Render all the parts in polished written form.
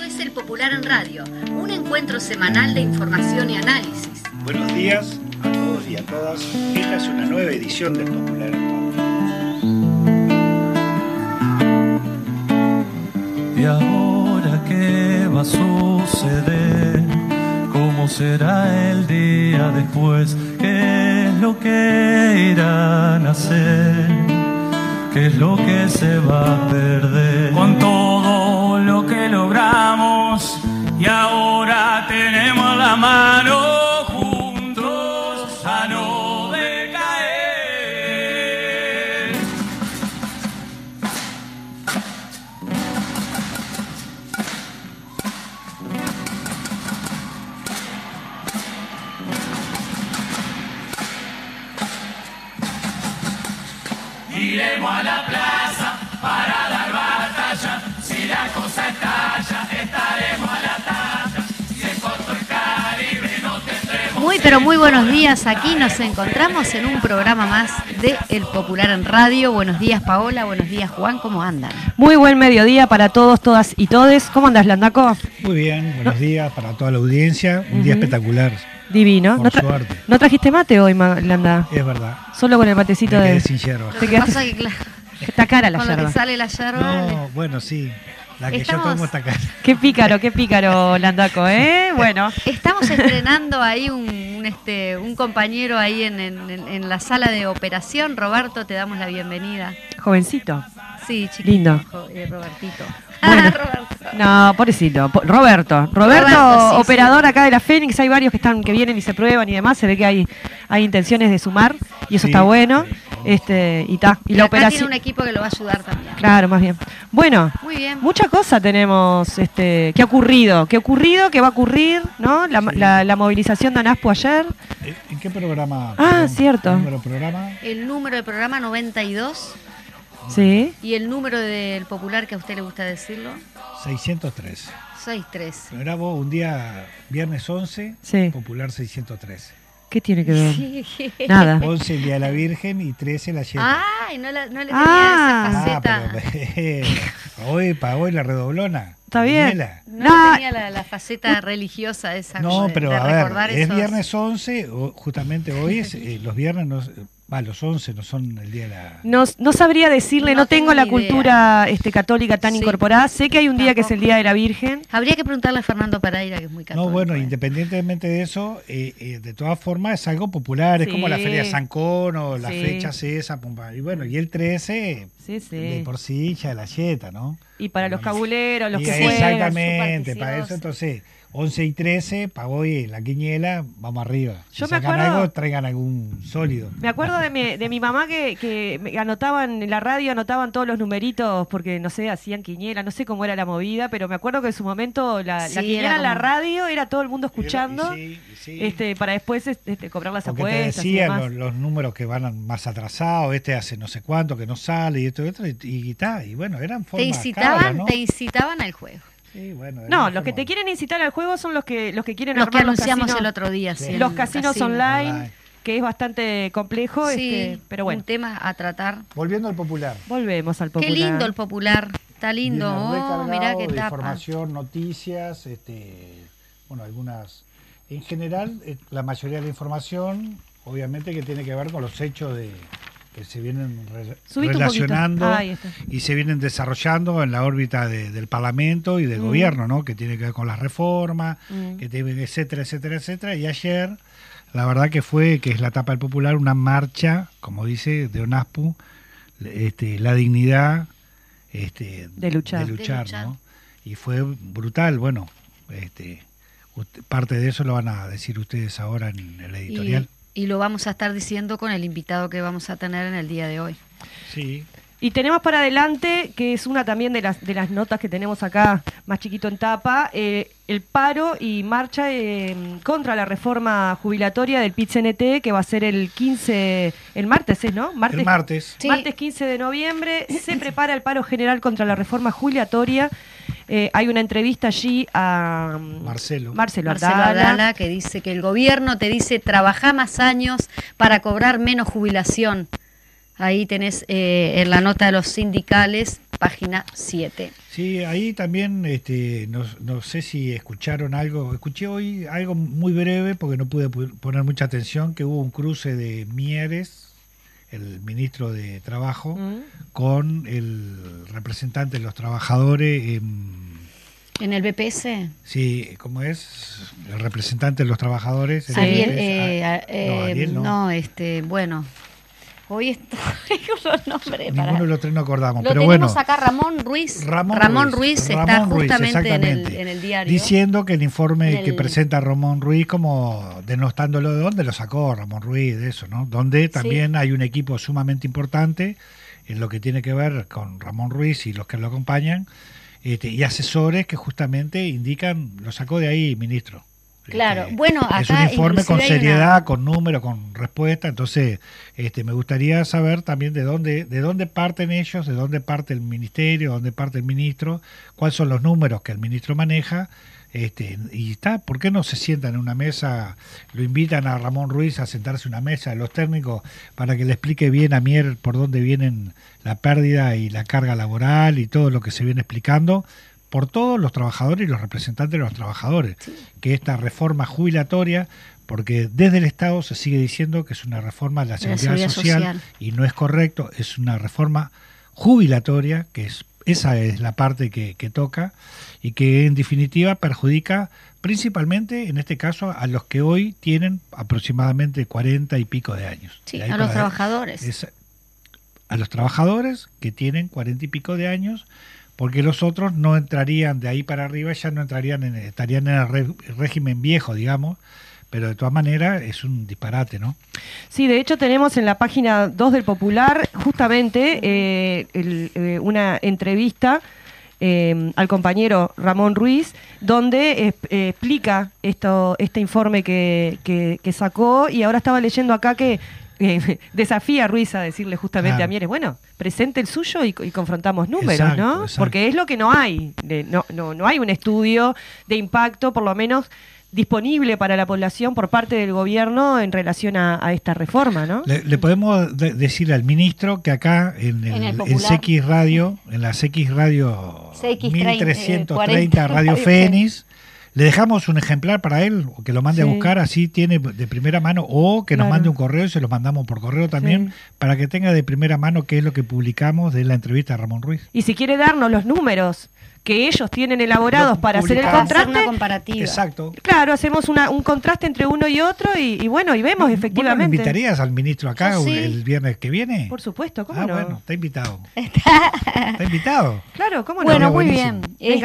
es El Popular en Radio, un encuentro semanal de información y análisis. Buenos días a todos y a todas. Esta es una nueva edición del Popular en Radio. ¿Y ahora qué va a suceder? ¿Cómo será el día después? ¿Qué es lo que irán a hacer? ¿Qué es lo que se va a perder? Con todo lo que logramos y ahora tenemos la mano juntos a no decaer. Iremos a la plaza para dar batalla. Si la cosa estalla, estaremos a la talla. Si en corto el Caribe no tendremos... Muy pero muy buenos días, aquí nos encontramos en un programa más de El Popular en Radio. Buenos días Paola, buenos días Juan, ¿cómo andan? Muy buen mediodía para todos, todas y todes. ¿Cómo andas, Landaco? Muy bien, buenos días para toda la audiencia. Un día espectacular. Divino. Por suerte. ¿No trajiste mate hoy, Landa? Es verdad. Solo con el matecito Me quedé de... sin yerba. Lo que pasa es que, claro, Está cara la con lo yerba. que sale la yerba... No, bueno, sí. La que yo tomo está cara. Qué pícaro, Landaco, ¿eh? Bueno. Estamos estrenando ahí un compañero ahí en la sala de operación. Roberto, te damos la bienvenida. Jovencito. Sí, chiquito. Lindo. Robertito. Bueno. Roberto. No, pobrecito. Roberto, sí, operador sí. acá de la Fénix. Hay varios que vienen y se prueban y demás. Se ve que hay intenciones de sumar y eso Sí, está bueno. sí. Y Y la acá operación. tiene un equipo que lo va a ayudar también. Claro, más bien. Bueno, Muy bien. mucha cosa tenemos que ha ocurrido, que va a ocurrir, ¿no? La movilización de ANASPO ayer. ¿En qué programa? Cierto. ¿Número programa? El número de programa 92 Sí. y el número del Popular, que a usted le gusta decirlo, 603. 63. Lo grabo un día, viernes 11, Sí. Popular 603. ¿Qué tiene que ver? Sí. Nada. 11 el Día de la Virgen y 13 la Yeta. Ay, no le tenía Ah. esa faceta. para hoy la redoblona. Está bien. Daniela. No tenía la faceta religiosa esa. No, de- pero de a ver, recordar es esos- viernes 11, justamente hoy es, los viernes, los 11 no son el día de la... No sabría decirle, No no tengo tengo la ni cultura católica tan Sí. incorporada. Sé que hay un día que es el Tampoco. Día de la Virgen. Habría que preguntarle a Fernando Pereira, que es muy católico. No, bueno, ¿eh? independientemente de eso, de todas formas es algo popular, es Sí. como la Feria de San Cono, las Sí. fechas esas, y bueno, y el 13, Sí, de sí. por sí ya la Yeta, ¿no? Y para los cabuleros, los Y que Sí, juegan. exactamente, para supersticiosos. eso entonces 11 y 13, para hoy la quiniela, vamos arriba. Si Yo me sacan acuerdo- algo, traigan algún sólido. Me acuerdo de mi mamá que me anotaban en la radio, anotaban todos los numeritos porque, no sé, hacían quiniela, no sé cómo era la movida, pero me acuerdo que en su momento la Sí, quiniela era en la como- radio era todo el mundo escuchando Y sí. para después cobrar las Porque te apuestas y decían demás. los números que van más atrasados, este hace no sé cuánto, que no sale, y esto y otro, y bueno, eran Te formas incitaban, cabras, ¿no? te incitaban al juego. Sí, bueno, era No, una los que forma- te quieren incitar al juego son los que quieren Los que armar los anunciamos casinos, el otro día. Sí. sí, los el casinos casino. online, que es bastante complejo, Sí, pero bueno, un tema a tratar. Volviendo al popular. volvemos al popular. Qué lindo el Popular. Está lindo. Viene Oh, recargado mirá qué de tapa. información, noticias, bueno, algunas. En general, la mayoría de la información, obviamente, que tiene que ver con los hechos que se vienen Subite un relacionando poquito. Ahí está. y se vienen desarrollando en la órbita del Parlamento y del gobierno, ¿no? Que tiene que ver con las reformas, que tiene, etcétera, etcétera, etcétera. Y ayer, la verdad que es la tapa del Popular, una marcha, como dice, de ONASPU, la dignidad De luchar. De luchar. ¿no? Y fue brutal, bueno, parte de eso lo van a decir ustedes ahora en el editorial. Y lo vamos a estar diciendo con el invitado que vamos a tener en el día de hoy. Sí. Y tenemos para adelante, que es una también de las notas que tenemos acá, más chiquito en tapa, el paro y marcha contra la reforma jubilatoria del PIT-CNT, que va a ser el martes, ¿no? El martes. Sí. Martes 15 de noviembre, se prepara el paro general contra la reforma jubilatoria. Hay una entrevista allí a Marcelo Marcelo Abdala. Abdala, que dice que el gobierno te dice trabajá más años para cobrar menos jubilación. Ahí tenés en la nota de los sindicales página 7. Sí, ahí también, no sé si escucharon algo, escuché hoy algo muy breve porque no pude poner mucha atención, que hubo un cruce de Mieres, el ministro de Trabajo, con el representante de los trabajadores ¿En el BPS? Sí, ¿cómo es? El representante de los trabajadores. Ariel, no. Bueno, hoy estoy con los nombres. Ninguno de los tres no acordamos. Lo pero tenemos bueno, acá, Ramón Ruiz. Ramón Ruiz está justamente en el diario. Diciendo que el informe que presenta Ramón Ruiz, como denostándolo de dónde lo sacó Ramón Ruiz, de eso, ¿no? Donde también hay un equipo sumamente importante en lo que tiene que ver con Ramón Ruiz y los que lo acompañan. Y asesores que justamente indican, lo sacó de ahí, ministro. Claro, bueno, acá es un informe con seriedad, con números, con respuesta. Entonces, me gustaría saber también de dónde parten ellos, de dónde parte el ministerio, de dónde parte el ministro, cuáles son los números que el ministro maneja. ¿Por qué no se sientan en una mesa? Lo invitan a Ramón Ruiz a sentarse en una mesa de los técnicos para que le explique bien a Mier por dónde vienen la pérdida y la carga laboral y todo lo que se viene explicando por todos los trabajadores y los representantes de los trabajadores. Sí. Que esta reforma jubilatoria, porque desde el Estado se sigue diciendo que es una reforma de la seguridad social y no es correcto, es una reforma jubilatoria, esa es la parte que toca y que en definitiva perjudica principalmente, en este caso, a los que hoy tienen aproximadamente 40 y pico de años. Sí, a los trabajadores. A los trabajadores que tienen 40 y pico de años, porque los otros no entrarían de ahí para arriba, ya no estarían en el régimen viejo, digamos. Pero de todas maneras es un disparate, ¿no? Sí, de hecho tenemos en la página 2 del Popular justamente una entrevista al compañero Ramón Ruiz, donde explica este informe que sacó, y ahora estaba leyendo acá que desafía a Ruiz a decirle justamente a Mieres, bueno, presente el suyo y confrontamos números, exacto, ¿no? Exacto. Porque es lo que no hay, no hay un estudio de impacto, por lo menos disponible para la población por parte del gobierno en relación a esta reforma, ¿no? Le podemos decir al ministro que acá en CX Radio, en la CX Radio CX 1330 Radio Fénix, le dejamos un ejemplar para él, que lo mande a buscar, así tiene de primera mano, o que nos mande un correo y se lo mandamos por correo también, para que tenga de primera mano qué es lo que publicamos de la entrevista a Ramón Ruiz. Y si quiere darnos los números que ellos tienen elaborados para hacer el contraste, una comparativa. Exacto. Claro, hacemos un contraste entre uno y otro y bueno, y vemos efectivamente. ¿Me invitarías al ministro acá el viernes que viene? Por supuesto, ¿cómo no? Bueno, está invitado. Está invitado. Claro, ¿cómo no? Bueno, muy bien.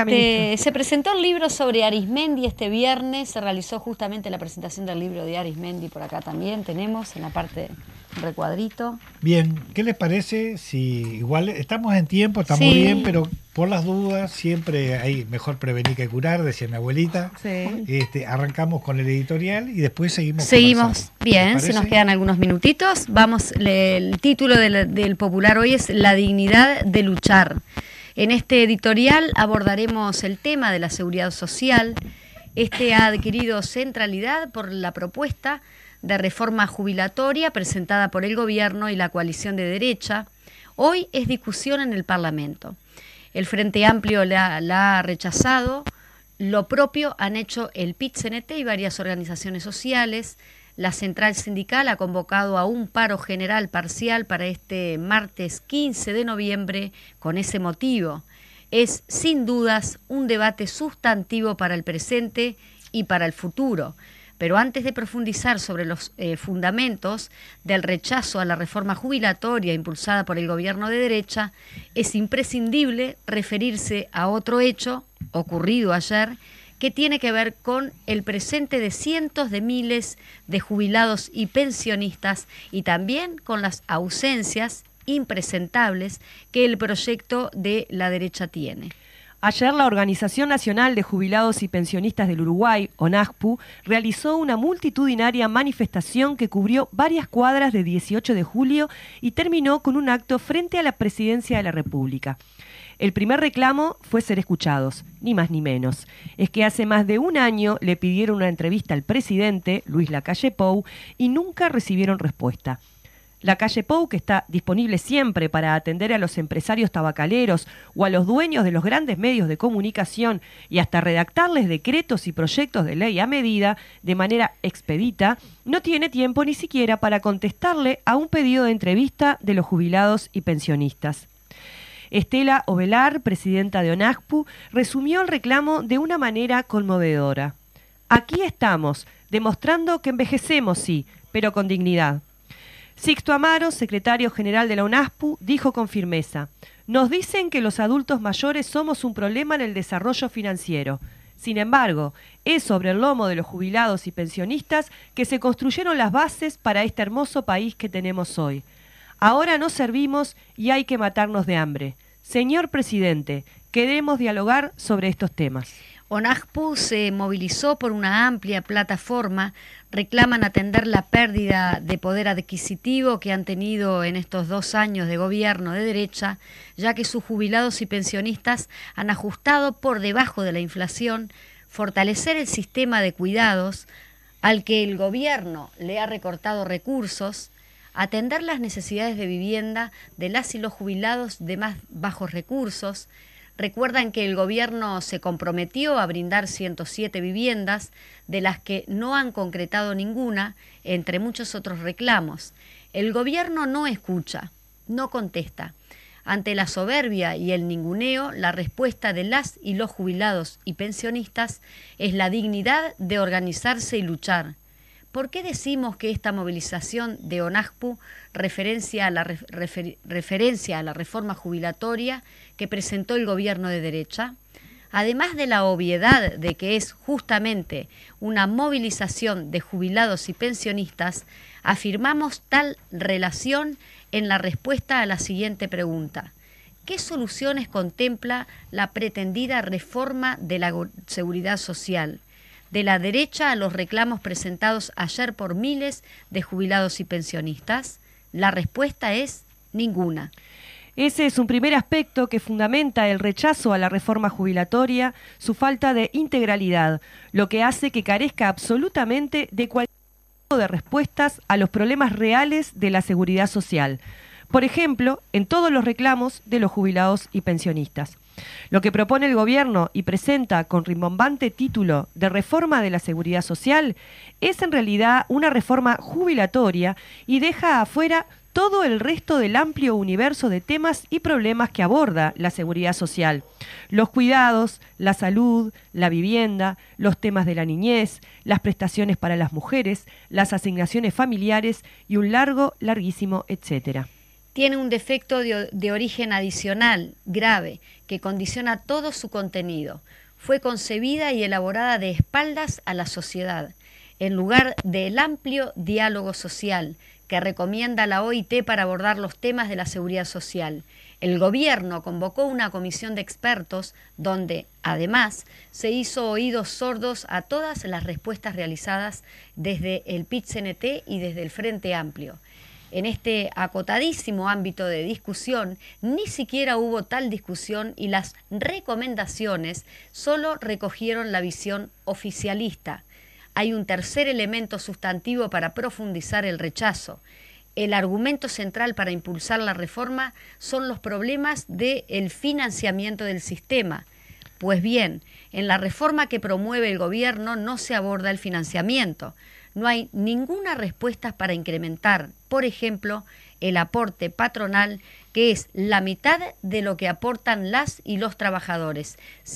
Se presentó el libro sobre Arismendi este viernes, se realizó justamente la presentación del libro de Arismendi por acá también, tenemos en la parte recuadrito. Bien, ¿qué les parece si igual estamos en tiempo, estamos bien, pero por las dudas siempre hay mejor prevenir que curar, decía mi abuelita. Sí. Arrancamos con el editorial y después seguimos bien, se nos quedan algunos minutitos. Vamos, el título del Popular hoy es La dignidad de luchar. En este editorial abordaremos el tema de la seguridad social. Ha adquirido centralidad por la propuesta de reforma jubilatoria presentada por el gobierno y la coalición de derecha. Hoy es discusión en el Parlamento. El Frente Amplio la ha rechazado, lo propio han hecho el PIT-CNT y varias organizaciones sociales. La central sindical ha convocado a un paro general parcial para este martes 15 de noviembre con ese motivo. Es sin dudas un debate sustantivo para el presente y para el futuro. Pero antes de profundizar sobre los fundamentos del rechazo a la reforma jubilatoria impulsada por el gobierno de derecha, es imprescindible referirse a otro hecho ocurrido ayer que tiene que ver con el presente de cientos de miles de jubilados y pensionistas y también con las ausencias impresentables que el proyecto de la derecha tiene. Ayer la Organización Nacional de Jubilados y Pensionistas del Uruguay, ONAJPU, realizó una multitudinaria manifestación que cubrió varias cuadras de 18 de julio y terminó con un acto frente a la Presidencia de la República. El primer reclamo fue ser escuchados, ni más ni menos. Es que hace más de un año le pidieron una entrevista al presidente, Luis Lacalle Pou, y nunca recibieron respuesta. La calle Pou, que está disponible siempre para atender a los empresarios tabacaleros o a los dueños de los grandes medios de comunicación y hasta redactarles decretos y proyectos de ley a medida de manera expedita, no tiene tiempo ni siquiera para contestarle a un pedido de entrevista de los jubilados y pensionistas. Estela Ovelar, presidenta de ONASPU, resumió el reclamo de una manera conmovedora. Aquí estamos, demostrando que envejecemos, sí, pero con dignidad. Sixto Amaro, secretario general de la ONASPU, dijo con firmeza: nos dicen que los adultos mayores somos un problema en el desarrollo financiero. Sin embargo, es sobre el lomo de los jubilados y pensionistas que se construyeron las bases para este hermoso país que tenemos hoy. Ahora no servimos y hay que matarnos de hambre. Señor presidente, queremos dialogar sobre estos temas. ONASPU se movilizó por una amplia plataforma, reclaman atender la pérdida de poder adquisitivo que han tenido en estos 2 años de gobierno de derecha, ya que sus jubilados y pensionistas han ajustado por debajo de la inflación, fortalecer el sistema de cuidados, al que el gobierno le ha recortado recursos, atender las necesidades de vivienda de las y los jubilados de más bajos recursos. Recuerdan que el gobierno se comprometió a brindar 107 viviendas, de las que no han concretado ninguna, entre muchos otros reclamos. El gobierno no escucha, no contesta. Ante la soberbia y el ninguneo, la respuesta de las y los jubilados y pensionistas es la dignidad de organizarse y luchar. ¿Por qué decimos que esta movilización de ONASPU referencia a la reforma jubilatoria que presentó el gobierno de derecha? Además de la obviedad de que es justamente una movilización de jubilados y pensionistas, afirmamos tal relación en la respuesta a la siguiente pregunta: ¿qué soluciones contempla la pretendida reforma de la seguridad social? De la derecha a los reclamos presentados ayer por miles de jubilados y pensionistas, la respuesta es ninguna. Ese es un primer aspecto que fundamenta el rechazo a la reforma jubilatoria, su falta de integralidad, lo que hace que carezca absolutamente de cualquier tipo de respuestas a los problemas reales de la seguridad social. Por ejemplo, en todos los reclamos de los jubilados y pensionistas. Lo que propone el gobierno y presenta con rimbombante título de reforma de la seguridad social es en realidad una reforma jubilatoria y deja afuera todo el resto del amplio universo de temas y problemas que aborda la seguridad social. Los cuidados, la salud, la vivienda, los temas de la niñez, las prestaciones para las mujeres, las asignaciones familiares y un larguísimo etcétera. Tiene un defecto de origen adicional, grave, que condiciona todo su contenido. Fue concebida y elaborada de espaldas a la sociedad, en lugar del amplio diálogo social que recomienda la OIT para abordar los temas de la seguridad social. El gobierno convocó una comisión de expertos donde, además, se hizo oídos sordos a todas las respuestas realizadas desde el PIT-CNT y desde el Frente Amplio. En este acotadísimo ámbito de discusión, ni siquiera hubo tal discusión y las recomendaciones solo recogieron la visión oficialista. Hay un tercer elemento sustantivo para profundizar el rechazo. El argumento central para impulsar la reforma son los problemas del financiamiento del sistema. Pues bien, en la reforma que promueve el gobierno no se aborda el financiamiento. No hay ninguna respuesta para incrementar, por ejemplo, el aporte patronal, que es la mitad de lo que aportan las y los trabajadores,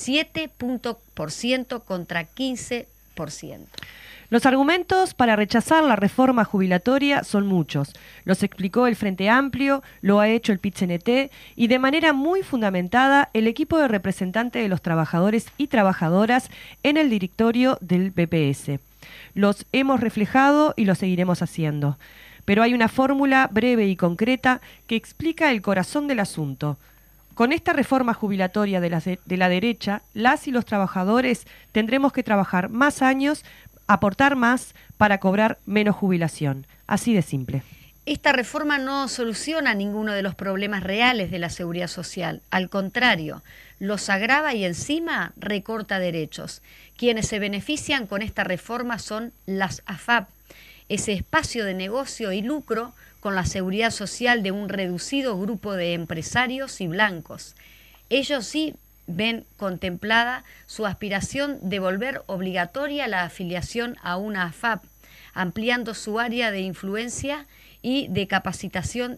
7% contra 15%. Los argumentos para rechazar la reforma jubilatoria son muchos. Los explicó el Frente Amplio, lo ha hecho el PIT-CNT y de manera muy fundamentada el equipo de representantes de los trabajadores y trabajadoras en el directorio del BPS. Los hemos reflejado y lo seguiremos haciendo. Pero hay una fórmula breve y concreta que explica el corazón del asunto. Con esta reforma jubilatoria de la derecha, las y los trabajadores tendremos que trabajar más años, aportar más para cobrar menos jubilación. Así de simple. Esta reforma no soluciona ninguno de los problemas reales de la seguridad social. Al contrario, los agrava y encima recorta derechos. Quienes se benefician con esta reforma son las AFAP. ese espacio de negocio y lucro con la seguridad social de un reducido grupo de empresarios y blancos. Ellos sí ven contemplada su aspiración de volver obligatoria la afiliación a una AFAP, ampliando su área de influencia y de captación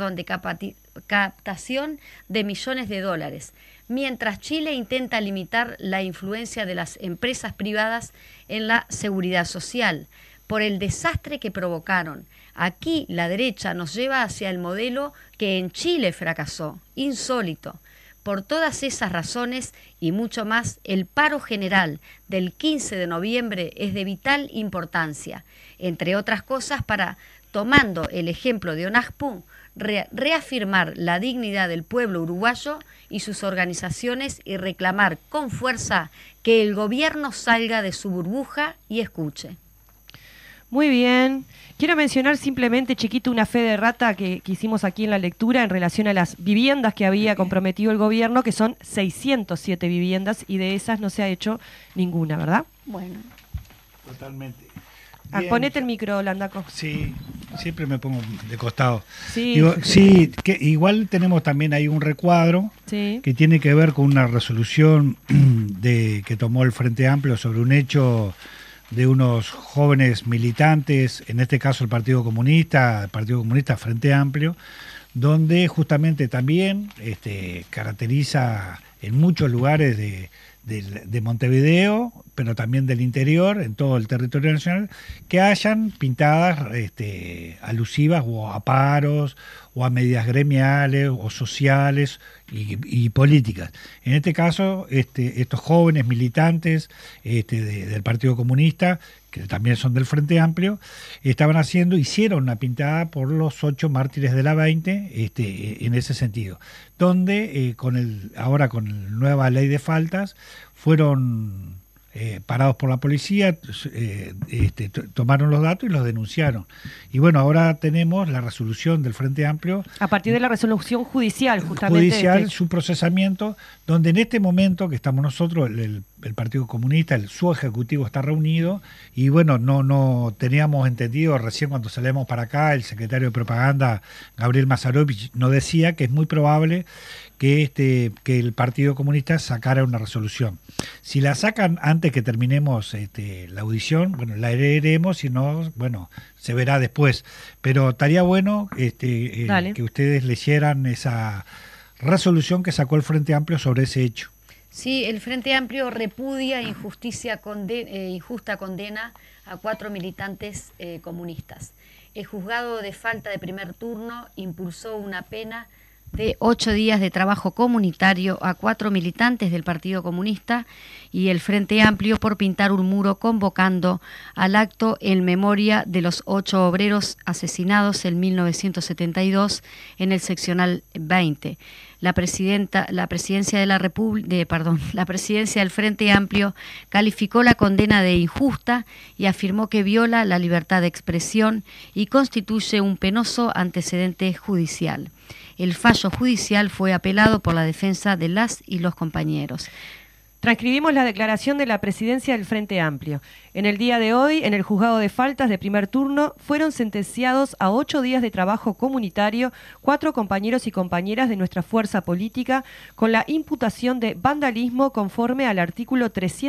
de millones de dólares, mientras Chile intenta limitar la influencia de las empresas privadas en la seguridad social, por el desastre que provocaron. Aquí la derecha nos lleva hacia el modelo que en Chile fracasó, insólito. Por todas esas razones y mucho más, el paro general del 15 de noviembre es de vital importancia, entre otras cosas para, tomando el ejemplo de ONASPU, reafirmar la dignidad del pueblo uruguayo y sus organizaciones y reclamar con fuerza que el gobierno salga de su burbuja y escuche. Muy bien. Quiero mencionar simplemente, chiquito, una fe de rata que hicimos aquí en la lectura en relación a las viviendas que había comprometido el gobierno, que son 607 viviendas, y de esas no se ha hecho ninguna, ¿verdad? Bueno. Totalmente. Ponete el micro, Landaco. Sí, siempre me pongo de costado. Sí. Digo, sí, que igual tenemos también ahí un recuadro que tiene que ver con una resolución que tomó el Frente Amplio sobre un hecho de unos jóvenes militantes, en este caso el Partido Comunista Frente Amplio, donde justamente también caracteriza en muchos lugares de Montevideo, pero también del interior, en todo el territorio nacional, que hayan pintadas alusivas o a paros, o a medidas gremiales, o sociales y políticas. En este caso, estos jóvenes militantes del Partido Comunista, que también son del Frente Amplio, hicieron una pintada por los 8 mártires de la 20, en ese sentido, donde ahora con la nueva ley de faltas fueron parados por la policía, tomaron los datos y los denunciaron. Y bueno, ahora tenemos la resolución del Frente Amplio. A partir de la resolución judicial, justamente. Su procesamiento, donde en este momento que estamos nosotros, el Partido Comunista, su ejecutivo está reunido, y bueno, no teníamos entendido, recién cuando salimos para acá, el secretario de Propaganda, Gabriel Mazarovich, nos decía que es muy probable que el Partido Comunista sacara una resolución. Si la sacan antes que terminemos la audición, bueno, la leeremos, si no, bueno, se verá después. Pero estaría bueno que ustedes leyeran esa resolución que sacó el Frente Amplio sobre ese hecho. Sí, el Frente Amplio repudia injusta condena a 4 militantes comunistas. El juzgado de falta de primer turno impulsó una pena de 8 días de trabajo comunitario a 4 militantes del Partido Comunista y el Frente Amplio por pintar un muro convocando al acto en memoria de los 8 obreros asesinados en 1972 en el seccional 20. La presidencia del Frente Amplio calificó la condena de injusta y afirmó que viola la libertad de expresión y constituye un penoso antecedente judicial. El fallo judicial fue apelado por la defensa de las y los compañeros. Transcribimos la declaración de la presidencia del Frente Amplio. En el día de hoy, en el juzgado de faltas de primer turno, fueron sentenciados a 8 días de trabajo comunitario 4 compañeros y compañeras de nuestra fuerza política con la imputación de vandalismo conforme al artículo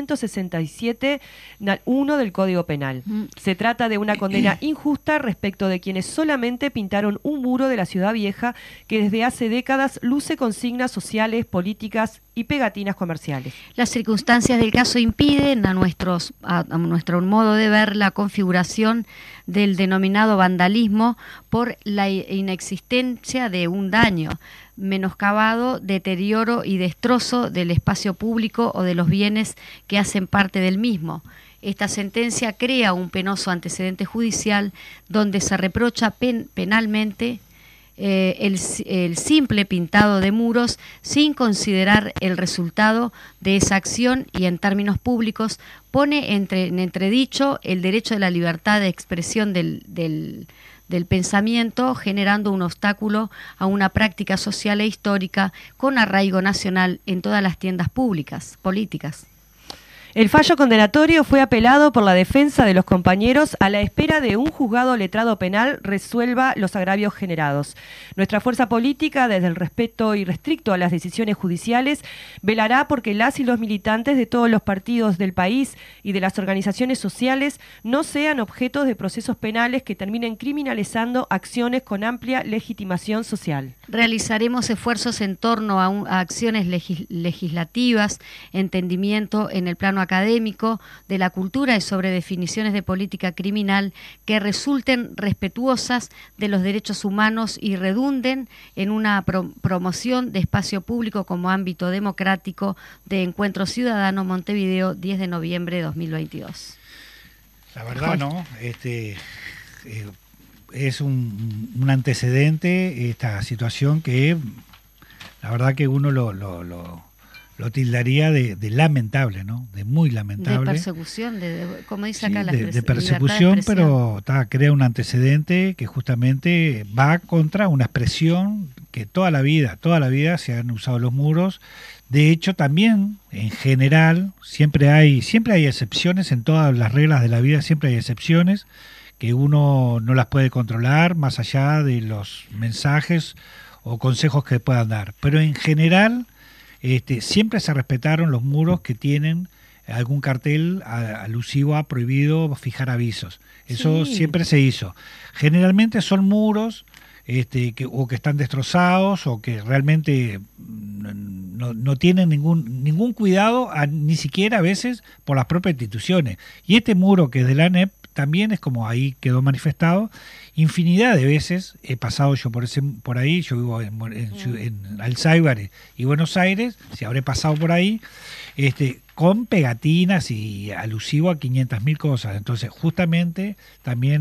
367(1) del Código Penal. Se trata de una condena injusta respecto de quienes solamente pintaron un muro de la Ciudad Vieja que desde hace décadas luce consignas sociales, políticas y pegatinas comerciales. Las circunstancias del caso impiden a nuestro modo de ver la configuración del denominado vandalismo por la inexistencia de un daño, menoscabado, deterioro y destrozo del espacio público o de los bienes que hacen parte del mismo. Esta sentencia crea un penoso antecedente judicial donde se reprocha penalmente el simple pintado de muros sin considerar el resultado de esa acción y en términos públicos pone en entredicho el derecho de la libertad de expresión del pensamiento, generando un obstáculo a una práctica social e histórica con arraigo nacional en todas las tiendas políticas. El fallo condenatorio fue apelado por la defensa de los compañeros a la espera de un juzgado letrado penal resuelva los agravios generados. Nuestra fuerza política, desde el respeto irrestricto a las decisiones judiciales, velará porque las y los militantes de todos los partidos del país y de las organizaciones sociales no sean objetos de procesos penales que terminen criminalizando acciones con amplia legitimación social. Realizaremos esfuerzos en torno a acciones legislativas, entendimiento en el plano académico de la cultura y sobre definiciones de política criminal que resulten respetuosas de los derechos humanos y redunden en una promoción de espacio público como ámbito democrático de Encuentro Ciudadano Montevideo, 10 de noviembre de 2022. La verdad, ¿no? Es un antecedente esta situación que la verdad que uno lo tildaría de lamentable, ¿no? De muy lamentable. De persecución, como dice acá, de persecución, pero crea un antecedente que justamente va contra una expresión que toda la vida se han usado los muros. De hecho, también, en general, siempre hay excepciones en todas las reglas de la vida, siempre hay excepciones que uno no las puede controlar más allá de los mensajes o consejos que puedan dar. Pero en general, siempre se respetaron los muros que tienen algún cartel alusivo a prohibido fijar avisos. Eso siempre se hizo. Generalmente son muros que están destrozados o que realmente no tienen ningún cuidado, ni siquiera a veces por las propias instituciones. Y este muro que es de la ANEP también es como ahí quedó manifestado. Infinidad de veces he pasado yo por ahí, yo vivo en Alzheimer y Buenos Aires, si habré pasado por ahí, con pegatinas y alusivo a 500.000 cosas. Entonces, justamente, también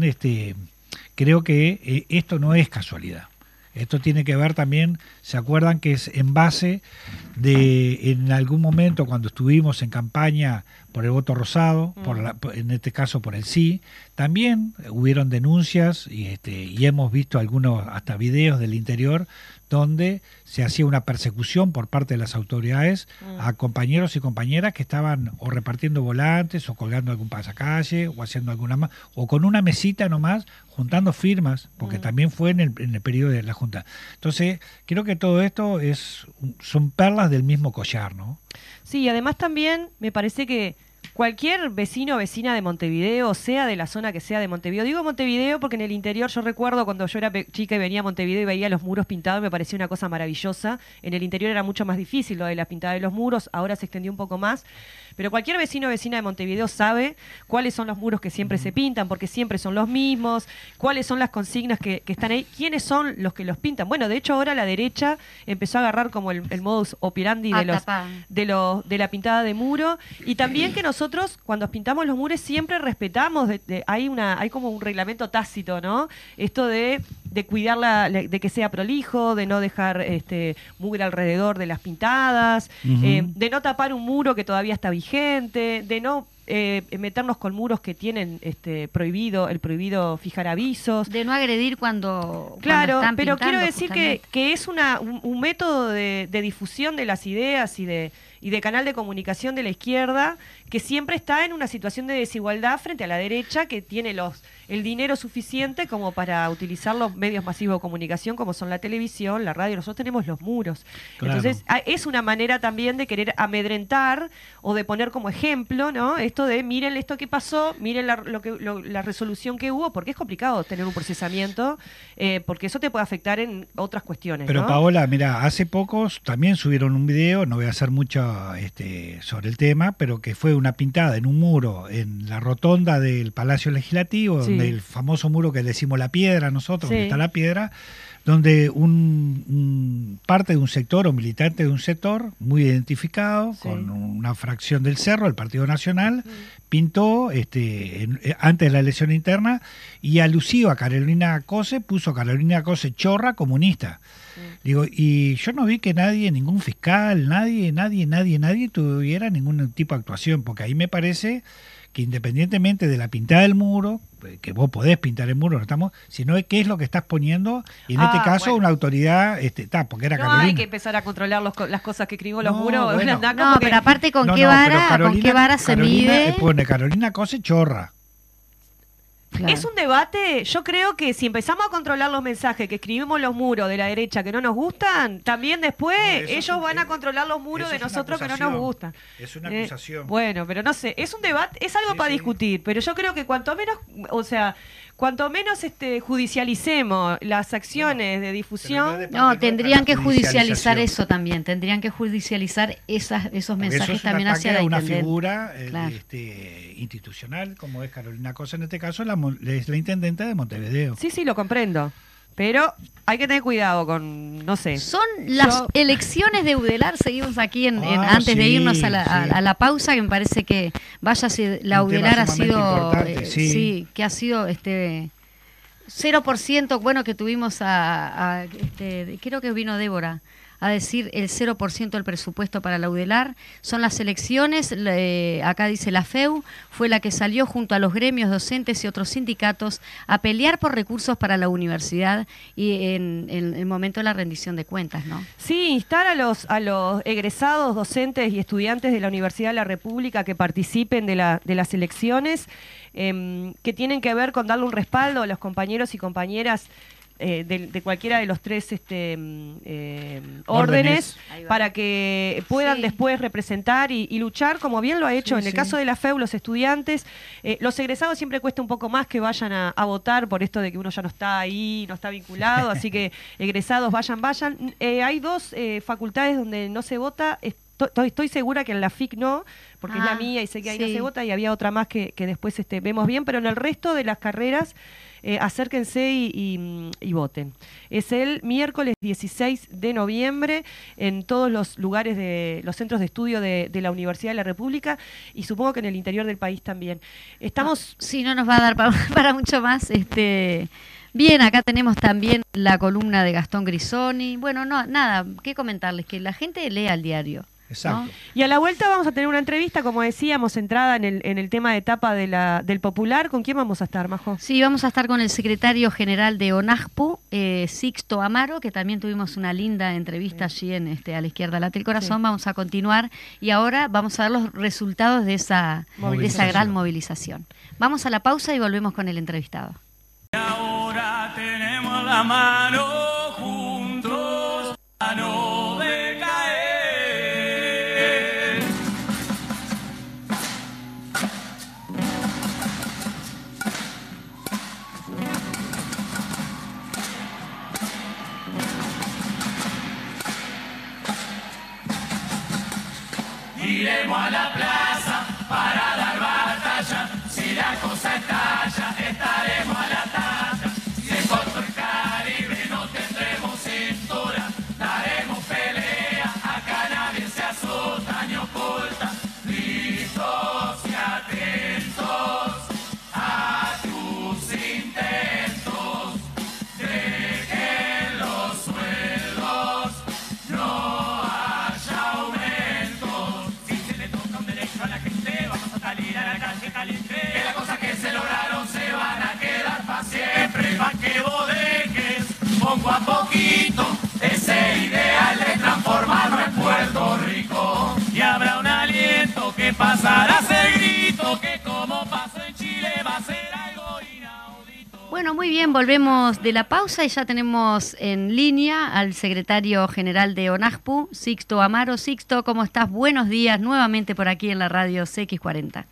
creo que esto no es casualidad. Esto tiene que ver también, ¿se acuerdan que es en base de, en algún momento cuando estuvimos en campaña por el voto rosado, en este caso por el sí, también hubieron denuncias y hemos visto algunos hasta videos del interior donde se hacía una persecución por parte de las autoridades a compañeros y compañeras que estaban o repartiendo volantes o colgando algún pasacalle o haciendo alguna más, o con una mesita nomás juntando firmas, porque también fue en el periodo de la Junta. Entonces, creo que todo esto son perlas del mismo collar, ¿no? Sí, además también me parece que cualquier vecino o vecina de Montevideo, sea de la zona que sea de Montevideo, digo Montevideo porque en el interior yo recuerdo cuando yo era chica y venía a Montevideo y veía los muros pintados, me parecía una cosa maravillosa. En el interior era mucho más difícil lo de la pintada de los muros, ahora se extendió un poco más. Pero cualquier vecino o vecina de Montevideo sabe cuáles son los muros que siempre se pintan, porque siempre son los mismos, cuáles son las consignas que están ahí, quiénes son los que los pintan. Bueno, de hecho ahora la derecha empezó a agarrar como el modus operandi de la pintada de muro, y también que nosotros cuando pintamos los muros siempre respetamos, hay como un reglamento tácito, ¿no? Esto de cuidar de que sea prolijo, de no dejar mugre alrededor de las pintadas, de no tapar un muro que todavía está vigente, de no meternos con muros que tienen el prohibido fijar avisos. De no agredir cuando están pero quiero decir que es un método de difusión de las ideas y de canal de comunicación de la izquierda que siempre está en una situación de desigualdad frente a la derecha, que tiene el dinero suficiente como para utilizar los medios masivos de comunicación como son la televisión, la radio. Nosotros tenemos los muros. Claro. Entonces es una manera también de querer amedrentar o de poner como ejemplo, ¿no? Esto de miren esto que pasó, miren la resolución que hubo, porque es complicado tener un procesamiento, porque eso te puede afectar en otras cuestiones. Pero ¿no? Paola, mira, hace pocos también subieron un video, no voy a hacer mucho sobre el tema, pero que fue una pintada en un muro en la rotonda del Palacio Legislativo, donde el famoso muro que le decimos la piedra nosotros, donde está la piedra, donde parte de un sector o militante de un sector muy identificado con una fracción del Cerro, el Partido Nacional, pintó antes de la elección interna y alusivo a Carolina Cose, puso Carolina Cose chorra comunista. Digo, y yo no vi que ningún fiscal, nadie tuviera ningún tipo de actuación, porque ahí me parece que independientemente de la pintada del muro, que vos podés pintar el muro, no estamos, sino qué es lo que estás poniendo, y en este caso bueno, una autoridad, porque era Carolina. No hay que empezar a controlar las cosas que escribió los muros. Bueno. No, pero aparte con qué vara se mide. Pone Carolina Cose chorra. Claro. Es un debate, yo creo que si empezamos a controlar los mensajes que escribimos los muros de la derecha que no nos gustan, también después ellos van a controlar los muros de nosotros que no nos gustan. Es una acusación. Bueno, pero no sé, es un debate, es algo para discutir, pero yo creo que cuanto menos judicialicemos las acciones de difusión... No, tendrían que judicializar eso también, tendrían que judicializar esos mensajes también hacia la una figura institucional, como es Carolina Cose en este caso, es la intendente de Montevideo. Sí, lo comprendo. Pero hay que tener cuidado con, no sé. Son las elecciones de Uddelar, seguimos aquí antes de irnos a la pausa, que me parece que la Uddelar ha sido, que ha sido 0%, bueno, que tuvimos creo que vino Débora a decir el 0% del presupuesto para la Uddelar. Son las elecciones, acá dice la FEU, fue la que salió junto a los gremios docentes y otros sindicatos a pelear por recursos para la universidad y en el momento de la rendición de cuentas, ¿no? Sí, instar a los egresados docentes y estudiantes de la Universidad de la República que participen de las elecciones, que tienen que ver con darle un respaldo a los compañeros y compañeras de cualquiera de los tres órdenes para que puedan después representar y luchar, como bien lo ha hecho en el caso de la FEU, los estudiantes. Los egresados siempre cuesta un poco más que vayan a votar por esto de que uno ya no está ahí, no está vinculado, así que egresados vayan. Hay dos facultades donde no se vota. Estoy segura que en la FIC no, porque es la mía y sé que ahí no se vota, y había otra más que después vemos bien, pero en el resto de las carreras acérquense y voten. Es el miércoles 16 de noviembre en todos los lugares de los centros de estudio de la Universidad de la República, y supongo que en el interior del país también. Estamos... Sí, no nos va a dar para mucho más. Bien, acá tenemos también la columna de Gastón Grisoni. Bueno, nada, qué comentarles, que la gente lea el diario. Exacto. ¿No? Y a la vuelta vamos a tener una entrevista, como decíamos, centrada en el tema de etapa del Popular. ¿Con quién vamos a estar, Majo? Sí, vamos a estar con el secretario general de ONASPU, Sixto Amaro, que también tuvimos una linda entrevista allí a la izquierda late el corazón. Sí. Vamos a continuar y ahora vamos a ver los resultados de esa gran movilización. Vamos a la pausa y volvemos con el entrevistado. Y ahora tenemos la mano juntos a no decaer. Iremos a la plaza para dar batalla. Si la cosa estalla, estaremos a la talla. Si en corto el Caribe no tendremos cintura, daremos pelea. Acá nadie se asusta ni oculta. Listos y atentos a tus intentos. Dejen los sueldos, no haya aumentos. Si se le toca un derecho a la gente, vamos a salir a la calle caliente. Que las cosas que se lograron se van a quedar para siempre. Pa' que vos dejes poco a poquito ese ideal de transformarlo en Puerto Rico. Y habrá un aliento que pasará a ser grito, que como pasó en Chile va a ser algo inaudito. Bueno, muy bien, volvemos de la pausa y ya tenemos en línea al secretario general de ONASPU, Sixto Amaro. Sixto, ¿cómo estás? Buenos días nuevamente por aquí en la radio CX40.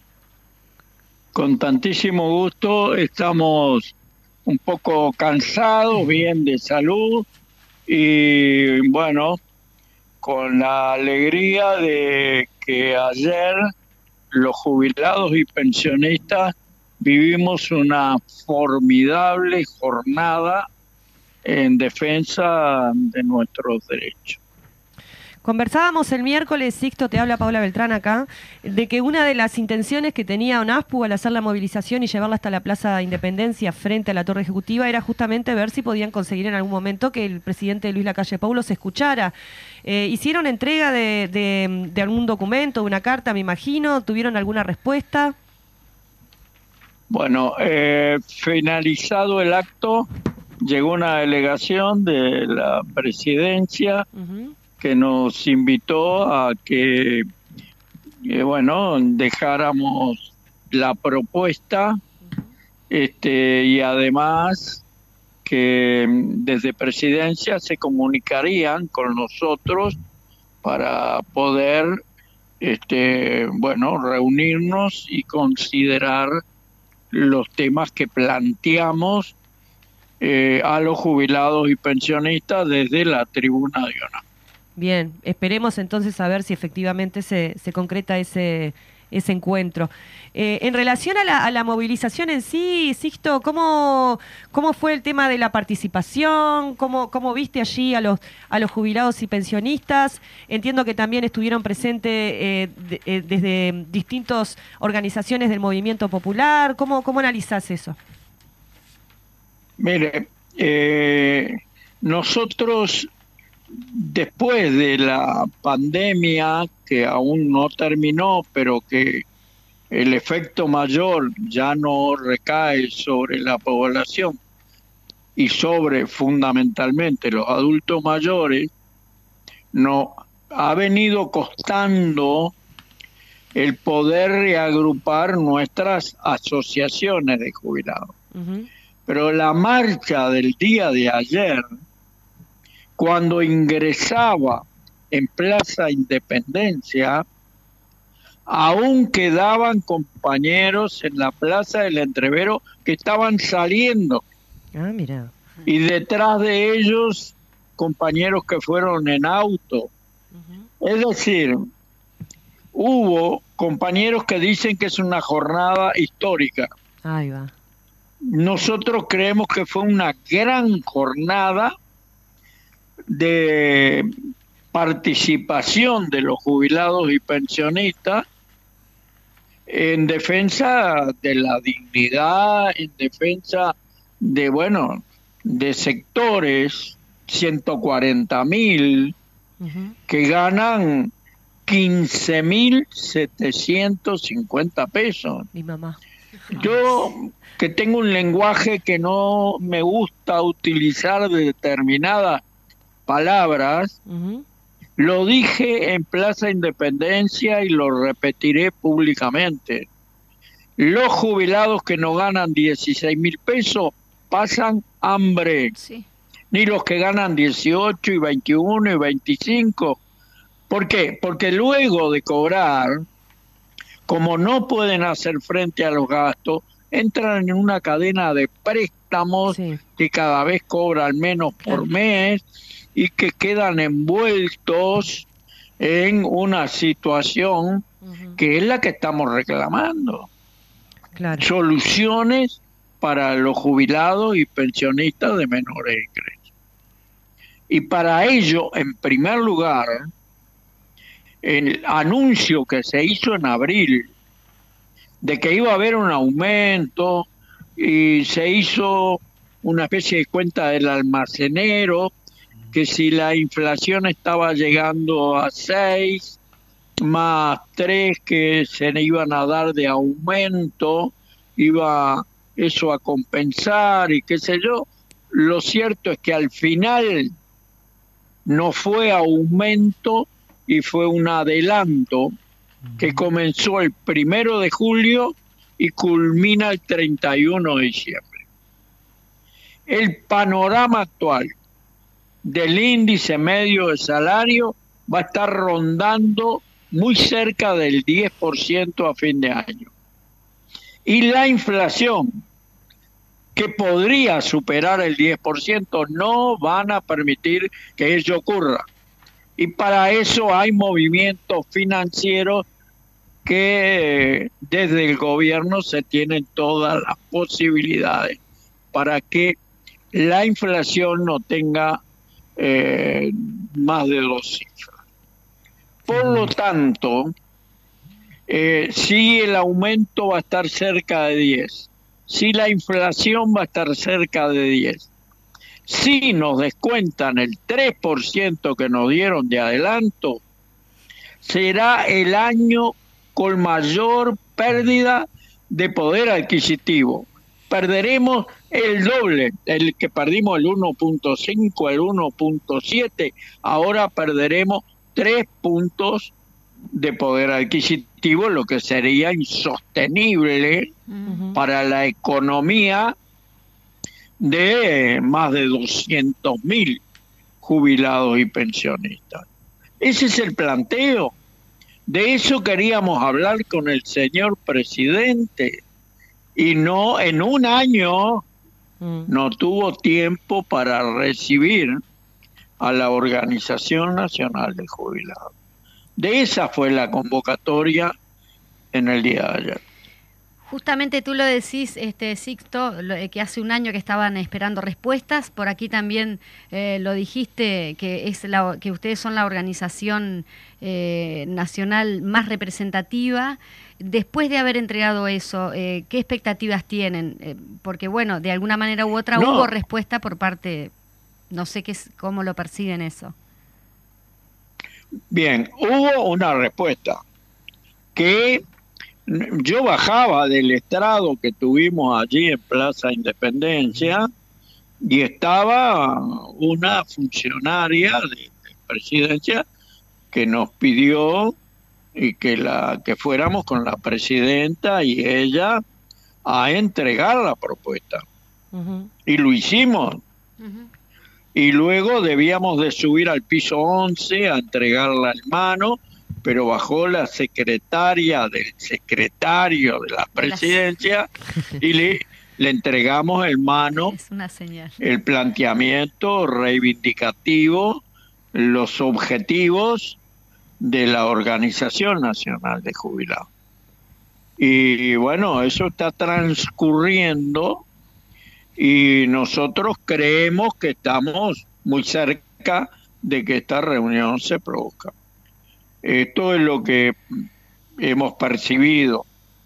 Con tantísimo gusto, estamos un poco cansados, bien de salud, y bueno, con la alegría de que ayer los jubilados y pensionistas vivimos una formidable jornada en defensa de nuestros derechos. Conversábamos el miércoles, Sixto, te habla Paula Beltrán acá, de que una de las intenciones que tenía ONASPU al hacer la movilización y llevarla hasta la Plaza de Independencia frente a la Torre Ejecutiva era justamente ver si podían conseguir en algún momento que el presidente Luis Lacalle Pou los escuchara. ¿Hicieron entrega de algún documento, de una carta, me imagino? ¿Tuvieron alguna respuesta? Bueno, finalizado el acto, llegó una delegación de la presidencia que nos invitó a que, bueno, dejáramos la propuesta, y además que desde presidencia se comunicarían con nosotros para poder, bueno, reunirnos y considerar los temas que planteamos a los jubilados y pensionistas desde la tribuna de honor. Bien, esperemos entonces a ver si efectivamente se concreta ese encuentro. En relación a la movilización en sí, Sixto, ¿cómo fue el tema de la participación? ¿Cómo viste allí a los jubilados y pensionistas? Entiendo que también estuvieron presentes desde distintas organizaciones del movimiento popular. ¿Cómo analizás eso? Mire, nosotros, después de la pandemia, que aún no terminó, pero que el efecto mayor ya no recae sobre la población y sobre fundamentalmente los adultos mayores, nos ha venido costando el poder reagrupar nuestras asociaciones de jubilados. Pero la marcha del día de ayer, cuando ingresaba en Plaza Independencia, aún quedaban compañeros en la Plaza del Entrevero que estaban saliendo. Ah, mira. Y detrás de ellos, compañeros que fueron en auto. Es decir, hubo compañeros que dicen que es una jornada histórica. Ahí va. Nosotros creemos que fue una gran jornada de participación de los jubilados y pensionistas en defensa de la dignidad, en defensa de, bueno, de sectores, 140.000, que ganan 15.750 pesos. Mi mamá. Yo, que tengo un lenguaje que no me gusta utilizar de determinadas palabras, lo dije en Plaza Independencia y lo repetiré públicamente. Los jubilados que no ganan 16.000 pesos pasan hambre. Sí. Ni los que ganan 18 y 21 y 25. ¿Por qué? Porque luego de cobrar, como no pueden hacer frente a los gastos, entran en una cadena de préstamos que cada vez cobran menos por mes y que quedan envueltos en una situación que es la que estamos reclamando. Claro. Soluciones para los jubilados y pensionistas de menores ingresos. Y para ello, en primer lugar, el anuncio que se hizo en abril de que iba a haber un aumento y se hizo una especie de cuenta del almacenero, que si la inflación estaba llegando a 6, más 3 que se le iban a dar de aumento, iba eso a compensar y qué sé yo. Lo cierto es que al final no fue aumento y fue un adelanto que comenzó el 1 de julio y culmina el 31 de diciembre. El panorama actual del índice medio de salario va a estar rondando muy cerca del 10% a fin de año. Y la inflación, que podría superar el 10%, no van a permitir que ello ocurra. Y para eso hay movimientos financieros que desde el gobierno se tienen todas las posibilidades para que la inflación no tenga más de 2 cifras. Por lo tanto, si el aumento va a estar cerca de 10, si la inflación va a estar cerca de 10, si nos descuentan el 3% que nos dieron de adelanto, será el año con mayor pérdida de poder adquisitivo. Perderemos el doble, el que perdimos el 1.5, el 1.7, ahora perderemos 3 puntos de poder adquisitivo, lo que sería insostenible para la economía de más de 200.000 jubilados y pensionistas. Ese es el planteo. De eso queríamos hablar con el señor presidente, y no, en un año no tuvo tiempo para recibir a la Organización Nacional de Jubilados. De esa fue la convocatoria en el día de ayer. Justamente tú lo decís, Sixto, que hace un año que estaban esperando respuestas. Por aquí también lo dijiste, que que ustedes son la organización nacional más representativa. Después de haber entregado eso, ¿qué expectativas tienen? Porque, bueno, de alguna manera u otra hubo respuesta por parte, no sé cómo lo perciben eso. Bien, hubo una respuesta que yo bajaba del estrado que tuvimos allí en Plaza Independencia y estaba una funcionaria de presidencia que nos pidió y que fuéramos con la presidenta y ella a entregar la propuesta. Y lo hicimos. Y luego debíamos de subir al piso 11 a entregarla en mano, pero bajó la secretaria del secretario de la presidencia y le entregamos en mano el planteamiento reivindicativo, los objetivos de la Organización Nacional de Jubilados. Y bueno, eso está transcurriendo y nosotros creemos que estamos muy cerca de que esta reunión se produzca. Esto es lo que hemos percibido.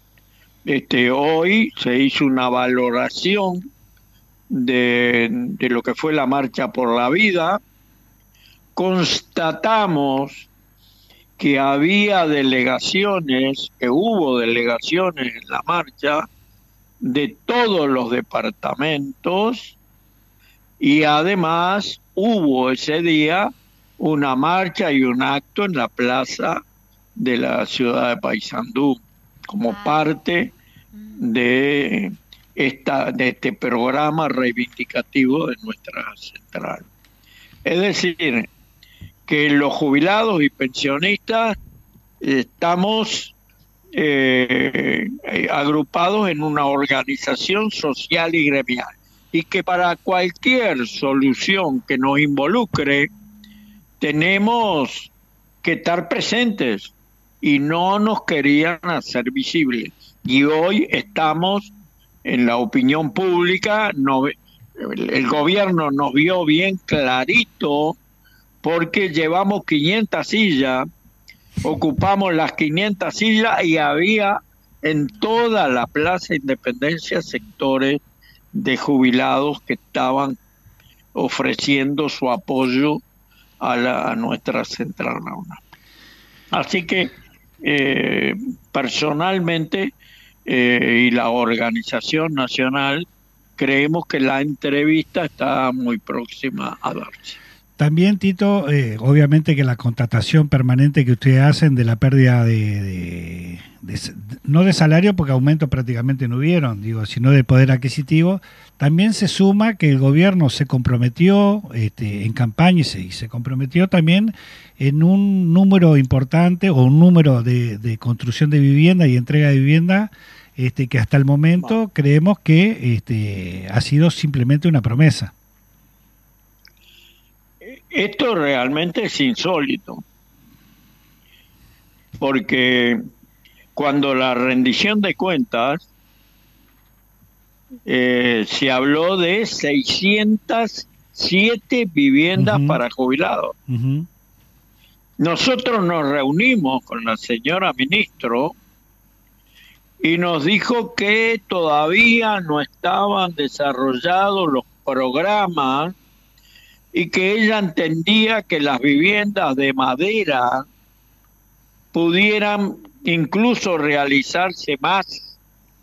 Hoy se hizo una valoración de lo que fue la Marcha por la Vida. Constatamos que había delegaciones, que hubo delegaciones en la marcha de todos los departamentos y además hubo ese día una marcha y un acto en la plaza de la ciudad de Paysandú como parte de este programa reivindicativo de nuestra central. Es decir, que los jubilados y pensionistas estamos agrupados en una organización social y gremial y que para cualquier solución que nos involucre tenemos que estar presentes y no nos querían hacer visibles. Y hoy estamos en la opinión pública, el gobierno nos vio bien clarito porque llevamos 500 sillas, ocupamos las 500 sillas y había en toda la Plaza Independencia sectores de jubilados que estaban ofreciendo su apoyo a nuestra central nacional. Así que personalmente y la organización nacional creemos que la entrevista está muy próxima a darse. También, Tito, obviamente que la constatación permanente que ustedes hacen de la pérdida no de salario, porque aumento prácticamente no hubieron, sino de poder adquisitivo, también se suma que el gobierno se comprometió en campaña y se comprometió también en un número importante o un número de construcción de vivienda y entrega de vivienda que hasta el momento creemos que ha sido simplemente una promesa. Esto realmente es insólito, porque cuando la rendición de cuentas se habló de 607 viviendas para jubilados. Nosotros nos reunimos con la señora ministro y nos dijo que todavía no estaban desarrollados los programas y que ella entendía que las viviendas de madera pudieran incluso realizarse más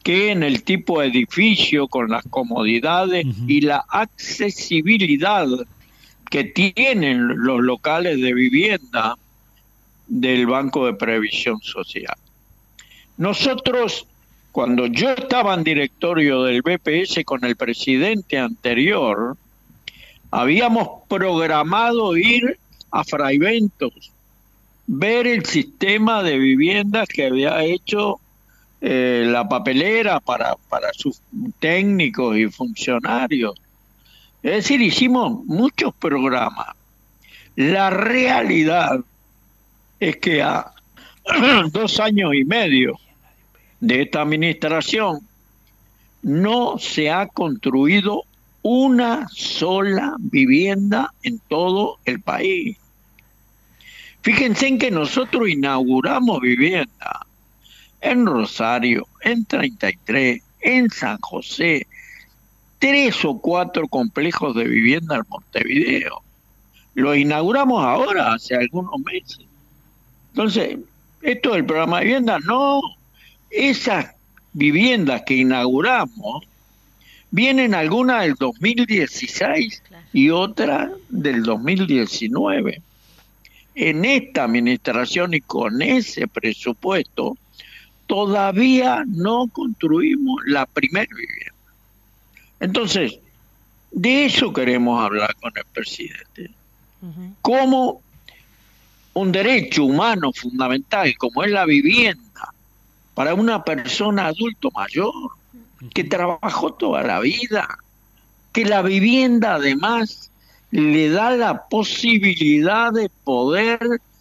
que en el tipo de edificio, con las comodidades y la accesibilidad que tienen los locales de vivienda del Banco de Previsión Social. Nosotros, cuando yo estaba en directorio del BPS con el presidente anterior, habíamos programado ir a Fraiventos, ver el sistema de viviendas que había hecho la papelera para sus técnicos y funcionarios. Es decir, hicimos muchos programas. La realidad es que a 2 años y medio de esta administración no se ha construido una sola vivienda en todo el país. Fíjense en que nosotros inauguramos vivienda en Rosario, en 33, en San José, 3 o 4 complejos de vivienda en Montevideo. Lo inauguramos ahora, hace algunos meses. Entonces, esto del programa de vivienda, no, esas viviendas que inauguramos, vienen algunas del 2016 y otras del 2019. En esta administración y con ese presupuesto, todavía no construimos la primera vivienda. Entonces, de eso queremos hablar con el presidente. Como un derecho humano fundamental, como es la vivienda, para una persona adulto mayor, que trabajó toda la vida, que la vivienda además le da la posibilidad de poder,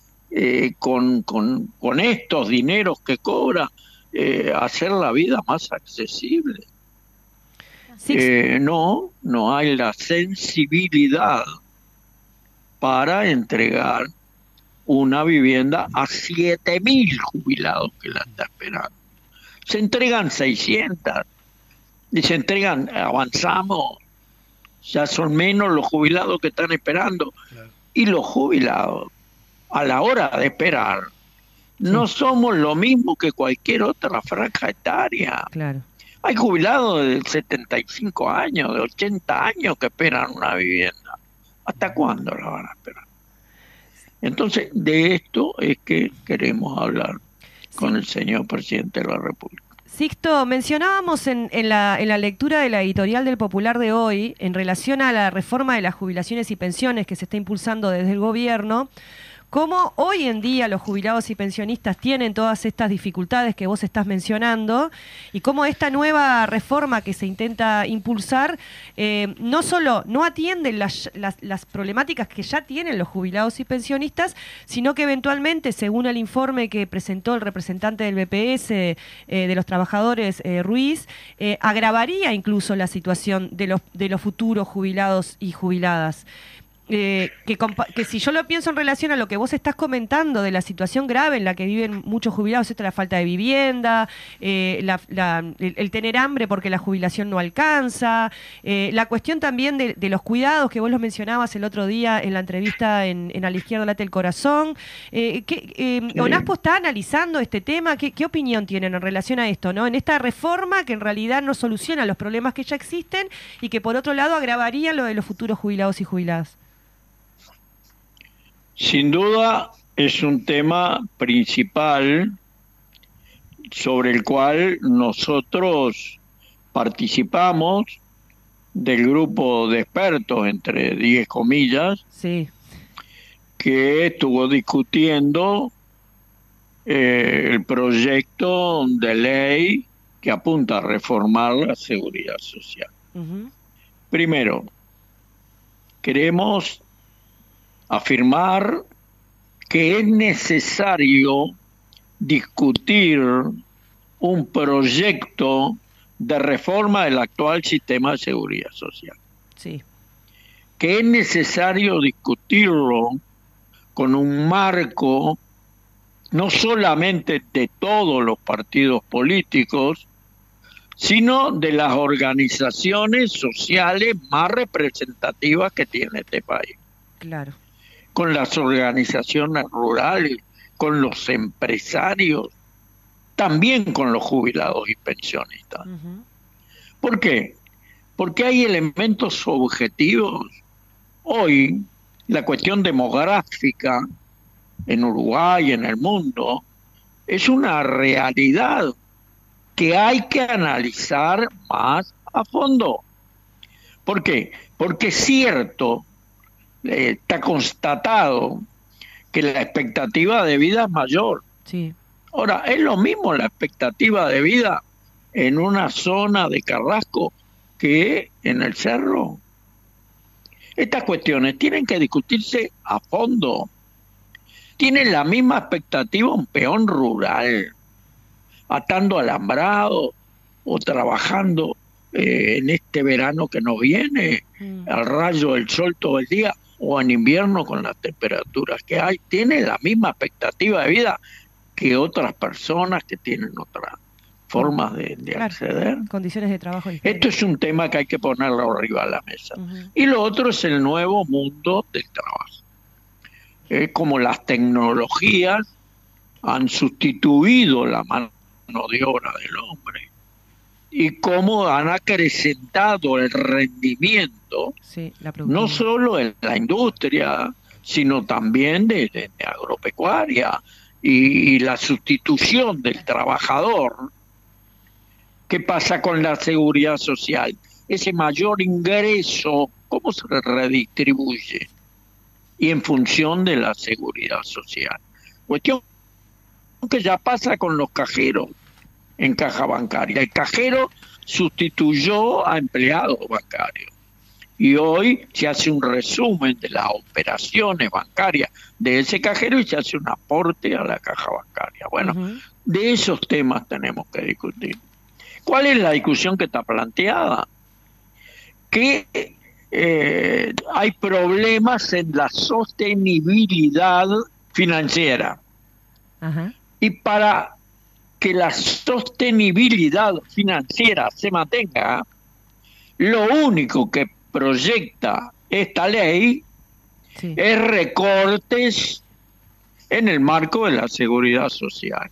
con estos dineros que cobra, hacer la vida más accesible. Sí. No hay la sensibilidad para entregar una vivienda a 7.000 jubilados que la están esperando. Se entregan 600 y se entregan, avanzamos, ya son menos los jubilados que están esperando. Claro. Y los jubilados, a la hora de esperar, no somos lo mismo que cualquier otra franja etaria. Claro. Hay jubilados de 75 años, de 80 años que esperan una vivienda. ¿Hasta cuándo la van a esperar? Entonces, de esto es que queremos hablar con el señor presidente de la República. Sixto, mencionábamos en la lectura de la editorial del Popular de hoy, en relación a la reforma de las jubilaciones y pensiones que se está impulsando desde el gobierno, cómo hoy en día los jubilados y pensionistas tienen todas estas dificultades que vos estás mencionando y cómo esta nueva reforma que se intenta impulsar no solo no atiende las problemáticas que ya tienen los jubilados y pensionistas, sino que eventualmente, según el informe que presentó el representante del BPS de los trabajadores, Ruiz, agravaría incluso la situación de los futuros jubilados y jubiladas. Que si yo lo pienso en relación a lo que vos estás comentando de la situación grave en la que viven muchos jubilados, esto es la falta de vivienda, el tener hambre porque la jubilación no alcanza, la cuestión también de los cuidados que vos los mencionabas el otro día en la entrevista en A la Izquierda Late el Corazón. ONASPO está analizando este tema. ¿Qué opinión tienen en relación a esto, ¿no? En esta reforma que en realidad no soluciona los problemas que ya existen y que por otro lado agravaría lo de los futuros jubilados y jubiladas. Sin duda es un tema principal sobre el cual nosotros participamos del grupo de expertos, entre 10 comillas, sí, que estuvo discutiendo el proyecto de ley que apunta a reformar la seguridad social. Primero, queremos afirmar que es necesario discutir un proyecto de reforma del actual sistema de seguridad social. Sí. Que es necesario discutirlo con un marco no solamente de todos los partidos políticos, sino de las organizaciones sociales más representativas que tiene este país. Claro. Con las organizaciones rurales, con los empresarios, también con los jubilados y pensionistas. ¿Por qué? Porque hay elementos objetivos. Hoy, la cuestión demográfica en Uruguay, en el mundo, es una realidad que hay que analizar más a fondo. ¿Por qué? Porque es cierto, está constatado que la expectativa de vida es mayor. Sí. Ahora, es lo mismo la expectativa de vida en una zona de Carrasco que en el cerro. Estas cuestiones tienen que discutirse a fondo. Tiene la misma expectativa un peón rural, atando alambrado o trabajando en este verano que nos viene, al rayo del sol todo el día, o en invierno con las temperaturas que hay. Tiene la misma expectativa de vida que otras personas que tienen otras formas de Claro, acceder. condiciones de trabajo diferentes. Esto es un tema que hay que ponerlo arriba de la mesa. Y lo otro es el nuevo mundo del trabajo. Como las tecnologías han sustituido la mano de obra del hombre y cómo han acrecentado el rendimiento, Sí, la no productividad. solo en la industria, sino también de agropecuaria, y la sustitución del trabajador. ¿Qué pasa con la seguridad social? Ese mayor ingreso, ¿cómo se redistribuye? Y en función de la seguridad social. Cuestión que ya pasa con los cajeros en caja bancaria. El cajero sustituyó a empleados bancarios. Y hoy se hace un resumen de las operaciones bancarias de ese cajero y se hace un aporte a la caja bancaria. Bueno, de esos temas tenemos que discutir. ¿Cuál es la discusión que está planteada? Que hay problemas en la sostenibilidad financiera. Y para que la sostenibilidad financiera se mantenga, lo único que proyecta esta ley es recortes en el marco de la seguridad social.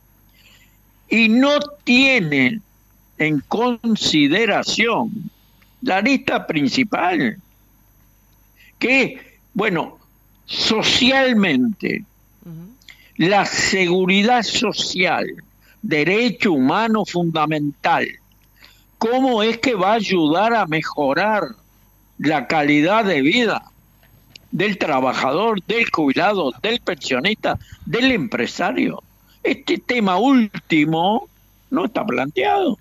Y no tienen en consideración la lista principal, que, bueno, socialmente, la seguridad social, derecho humano fundamental, ¿cómo es que va a ayudar a mejorar la calidad de vida del trabajador, del jubilado, del pensionista, del empresario? Este tema último no está planteado.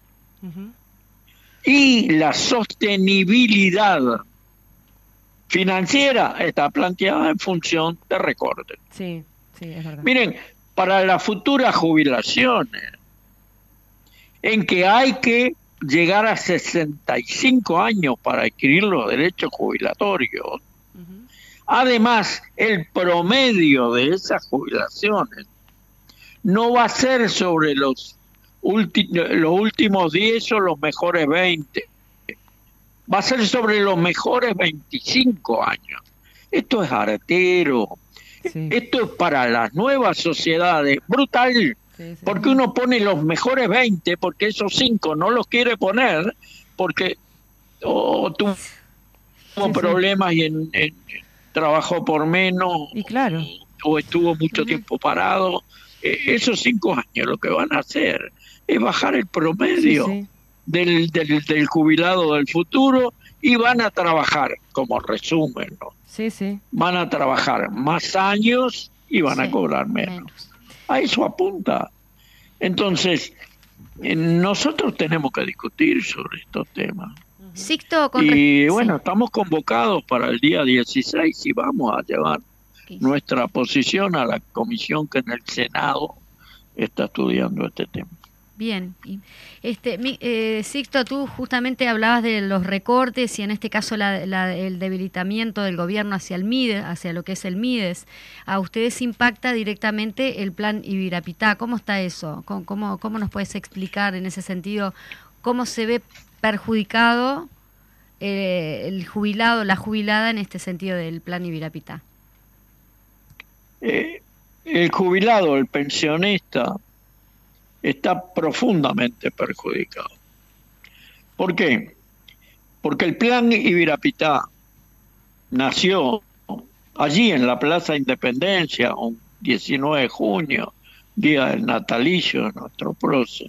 Y la sostenibilidad financiera está planteada en función de recortes. Sí, es verdad. Miren, para las futuras jubilaciones, en que hay que llegar a 65 años para adquirir los derechos jubilatorios, además, el promedio de esas jubilaciones no va a ser sobre los últimos 10 o los mejores 20. Va a ser sobre los mejores 25 años. Esto es artero. Esto es para las nuevas sociedades brutal. Porque uno pone los mejores 20, porque esos 5 no los quiere poner, porque tuvo problemas y trabajó por menos, y claro, o estuvo mucho tiempo parado. Esos 5 años lo que van a hacer es bajar el promedio del jubilado del futuro, y van a trabajar, como resumen, ¿no? Van a trabajar más años y van a cobrar menos. A eso apunta. Entonces, nosotros tenemos que discutir sobre estos temas. Sixto, bueno, estamos convocados para el día 16 y vamos a llevar nuestra posición a la comisión que en el Senado está estudiando este tema. Bien. Sixto, tú justamente hablabas de los recortes y en este caso el debilitamiento del gobierno hacia el MIDES, hacia lo que es el MIDES. ¿A ustedes impacta directamente el plan Ibirapitá? ¿Cómo está eso? ¿Cómo nos puedes explicar en ese sentido cómo se ve perjudicado el jubilado, la jubilada en este sentido del plan Ibirapitá? El jubilado, el pensionista, está profundamente perjudicado. ¿Por qué? Porque el plan Ibirapitá nació allí en la Plaza Independencia, un 19 de junio, día del natalicio de nuestro prócer.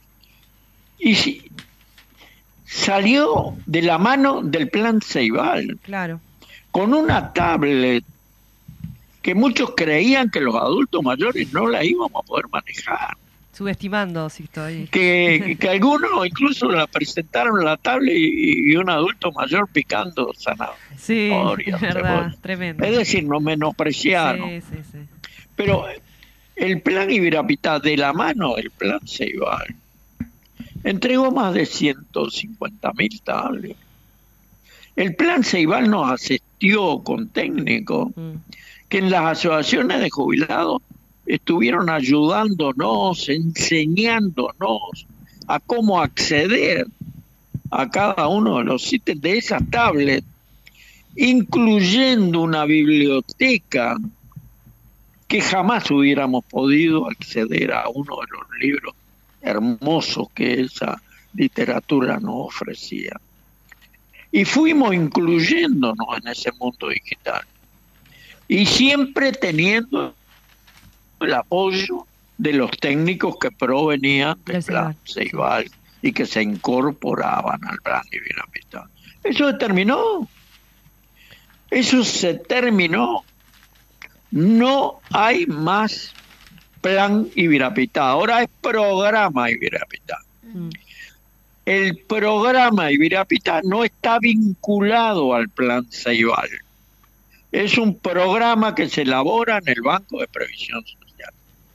Y salió de la mano del plan Ceibal, Claro. con una tablet que muchos creían que los adultos mayores no la íbamos a poder manejar. Subestimando, Sixto, ahí. Que algunos incluso la presentaron la tablet y un adulto mayor picando zanahoria. Sí, es verdad, tremendo. Es decir, nos menospreciaron. Sí, sí, sí. Pero el plan Ibirapitá, de la mano del plan Ceibal, entregó más de 150.000 tablets. El plan Ceibal nos asistió con técnicos que en las asociaciones de jubilados estuvieron ayudándonos, enseñándonos a cómo acceder a cada uno de los ítems de esas tablets, incluyendo una biblioteca que jamás hubiéramos podido acceder a uno de los libros hermosos que esa literatura nos ofrecía. Y fuimos incluyéndonos en ese mundo digital. Y siempre teniendo el apoyo de los técnicos que provenían del plan Ceibal y que se incorporaban al plan Ibirapitá. Eso se terminó. Eso se terminó. No hay más plan Ibirapitá. Ahora es programa Ibirapitá. El programa Ibirapitá no está vinculado al plan Ceibal. Es un programa que se elabora en el Banco de Previsión Social,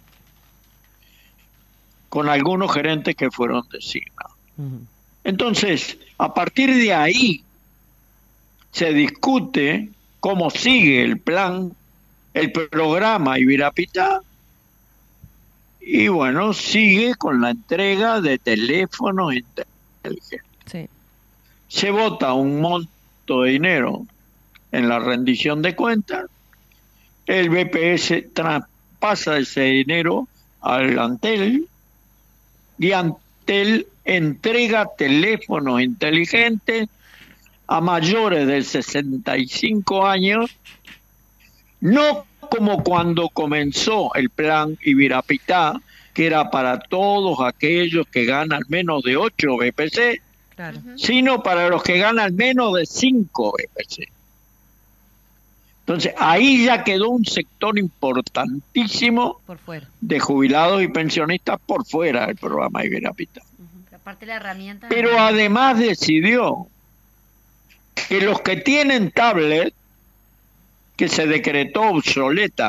con algunos gerentes que fueron designados. Entonces, a partir de ahí, se discute cómo sigue el plan, el programa Ibirapitá, y bueno, sigue con la entrega de teléfonos inteligentes. Sí. Se vota un monto de dinero en la rendición de cuentas, el BPS traspasa ese dinero al Antel y Antel entrega teléfonos inteligentes a mayores de 65 años, no como cuando comenzó el plan Ibirapitá, que era para todos aquellos que ganan menos de 8 BPC, Claro. sino para los que ganan menos de 5 BPC. Entonces, ahí ya quedó un sector importantísimo Por fuera. de jubilados y pensionistas por fuera del programa Ibirapitá. Aparte la herramienta. Pero además decidió que los que tienen tablet, que se decretó obsoleta,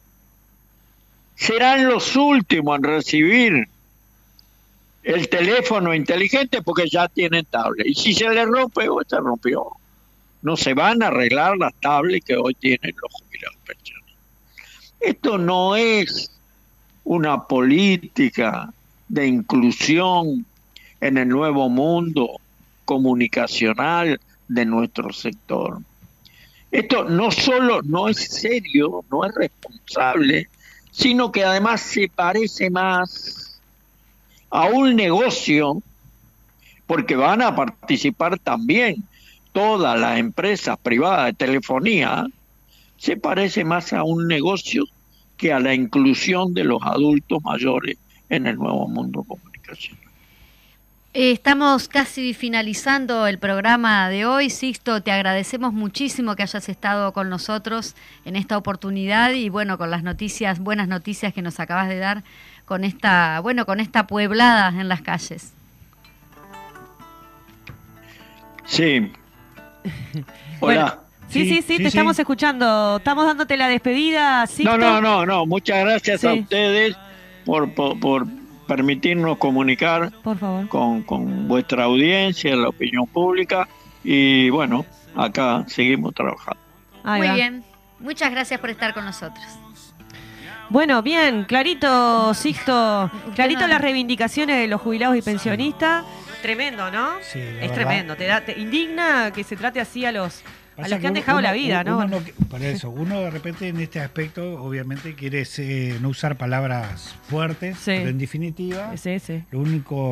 serán los últimos en recibir el teléfono inteligente porque ya tienen tablet. Y si se les rompe, o se rompió. No se van a arreglar las tablets que hoy tienen los jubilados pensionistas. Esto no es una política de inclusión en el nuevo mundo comunicacional de nuestro sector. Esto no solo no es serio, no es responsable, sino que además se parece más a un negocio, porque van a participar también todas las empresas privadas de telefonía, se parece más a un negocio que a la inclusión de los adultos mayores en el nuevo mundo comunicacional. Estamos casi finalizando el programa de hoy. Sixto, te agradecemos muchísimo que hayas estado con nosotros en esta oportunidad y bueno, con las noticias, buenas noticias que nos acabas de dar con esta pueblada en las calles. Sí. Hola. Bueno, sí, te estamos escuchando. Estamos dándote la despedida, Sixto. No. Muchas gracias a ustedes por permitirnos comunicar por favor con vuestra audiencia, la opinión pública, y bueno, acá seguimos trabajando. Muy bien, muchas gracias por estar con nosotros. Bueno, bien, clarito, Sixto, clarito las reivindicaciones de los jubilados y pensionistas. Tremendo, ¿no? Sí, es tremendo, te indigna que se trate así a los A los que han dejado la vida, ¿no? Por eso, uno de repente en este aspecto obviamente quiere no usar palabras fuertes, pero en definitiva, lo único